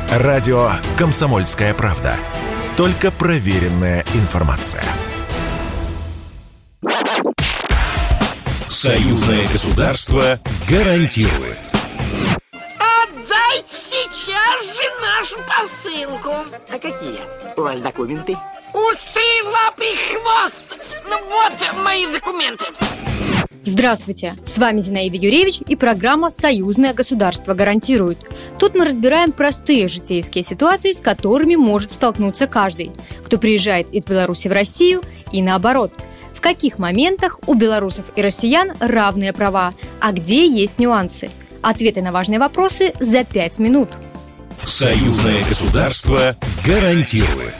Радио «Комсомольская правда». Только проверенная информация. Союзное государство гарантирует. Отдайте сейчас же нашу посылку. А какие у вас документы? Усы, лапы, хвост. Ну вот мои документы. Здравствуйте, с вами Зинаида Юревич и программа «Союзное государство гарантирует». Тут мы разбираем простые житейские ситуации, с которыми может столкнуться каждый, кто приезжает из Беларуси в Россию и наоборот. В каких моментах у белорусов и россиян равные права, а где есть нюансы? Ответы на важные вопросы за 5 минут. Союзное государство гарантирует.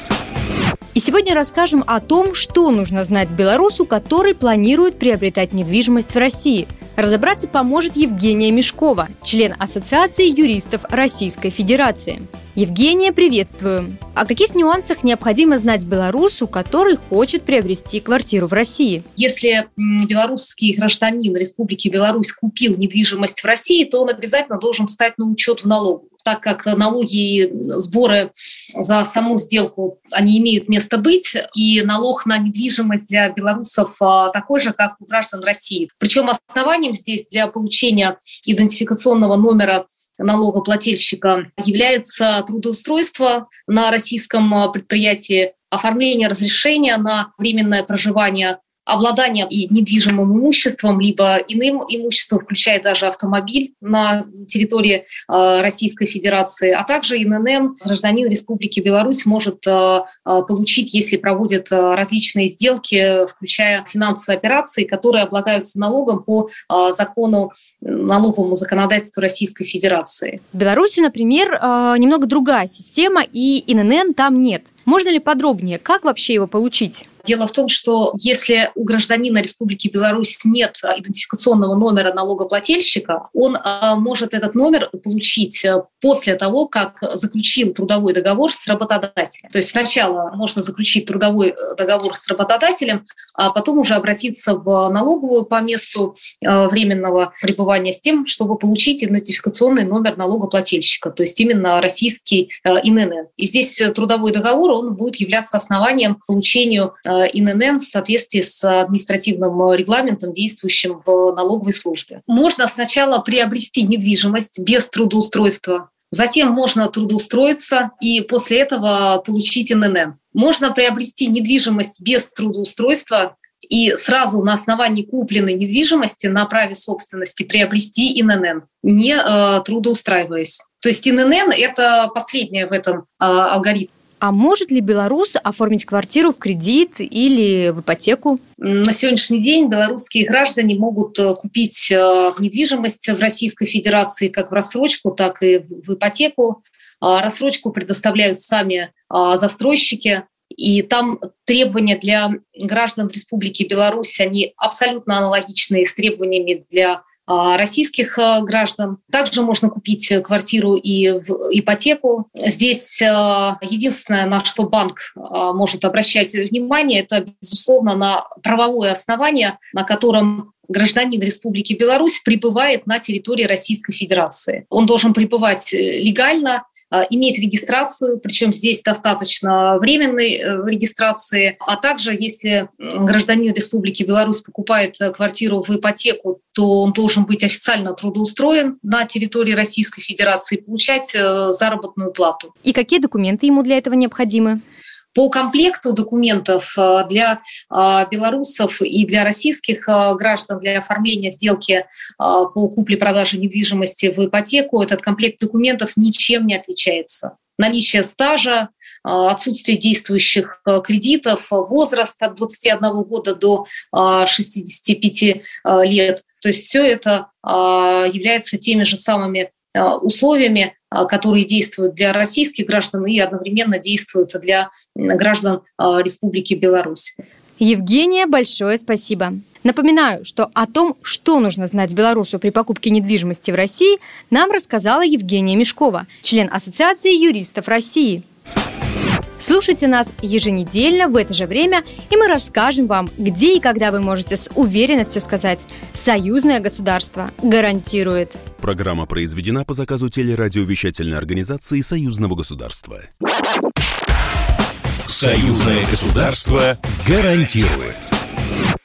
И сегодня расскажем о том, что нужно знать белорусу, который планирует приобретать недвижимость в России. Разобраться поможет Евгения Мешкова, член Ассоциации юристов Российской Федерации. Евгения, приветствую! О каких нюансах необходимо знать белорусу, который хочет приобрести квартиру в России? Если белорусский гражданин Республики Беларусь купил недвижимость в России, то он обязательно должен встать на учет в налоговую, так как налоги и сборы за саму сделку, они имеют место быть, и налог на недвижимость для белорусов такой же, как у граждан России. Причем основанием здесь для получения идентификационного номера налогоплательщика является трудоустройство на российском предприятии, оформление разрешения на временное проживание, обладание и недвижимым имуществом, либо иным имуществом, включая даже автомобиль на территории Российской Федерации, а также ИНН гражданин Республики Беларусь может получить, если проводит различные сделки, включая финансовые операции, которые облагаются налогом по закону, налоговому законодательству Российской Федерации. В Беларуси, например, немного другая система, и ИНН там нет. Можно ли подробнее, как вообще его получить? Дело в том, что если у гражданина Республики Беларусь нет идентификационного номера налогоплательщика, он может этот номер получить после того, как заключил трудовой договор с работодателем. То есть сначала можно заключить трудовой договор с работодателем, а потом уже обратиться в налоговую по месту временного пребывания с тем, чтобы получить идентификационный номер налогоплательщика, то есть именно российский ИНН. И здесь трудовой договор, он будет являться основанием к получению ИНН в соответствии с административным регламентом, действующим в налоговой службе. Можно сначала приобрести недвижимость без трудоустройства, затем можно трудоустроиться и после этого получить ИНН. Можно приобрести недвижимость без трудоустройства и сразу на основании купленной недвижимости на праве собственности приобрести ИНН, не трудоустраиваясь. То есть ИНН – это последнее в этом алгоритме. А может ли белорус оформить квартиру в кредит или в ипотеку? На сегодняшний день белорусские граждане могут купить недвижимость в Российской Федерации как в рассрочку, так и в ипотеку. Рассрочку предоставляют сами застройщики. И там требования для граждан Республики Беларусь, они абсолютно аналогичны с требованиями для российских граждан. Также можно купить квартиру и в ипотеку. Здесь единственное, на что банк может обращать внимание, это, безусловно, на правовое основание, на котором гражданин Республики Беларусь пребывает на территории Российской Федерации. Он должен пребывать легально, иметь регистрацию, причем здесь достаточно временной регистрации, а также если гражданин Республики Беларусь покупает квартиру в ипотеку, то он должен быть официально трудоустроен на территории Российской Федерации и получать заработную плату. И какие документы ему для этого необходимы? По комплекту документов для белорусов и для российских граждан для оформления сделки по купле-продаже недвижимости в ипотеку этот комплект документов ничем не отличается. Наличие стажа, отсутствие действующих кредитов, возраст от 21 года до 65 лет. То есть все это является теми же самыми условиями, которые действуют для российских граждан и одновременно действуют для граждан Республики Беларусь. Евгения, большое спасибо. Напоминаю, что о том, что нужно знать белорусу при покупке недвижимости в России, нам рассказала Евгения Мешкова, член Ассоциации юристов России. Слушайте нас еженедельно в это же время, и мы расскажем вам, где и когда вы можете с уверенностью сказать: «Союзное государство гарантирует». Программа произведена по заказу телерадиовещательной организации Союзного государства. Союзное государство гарантирует.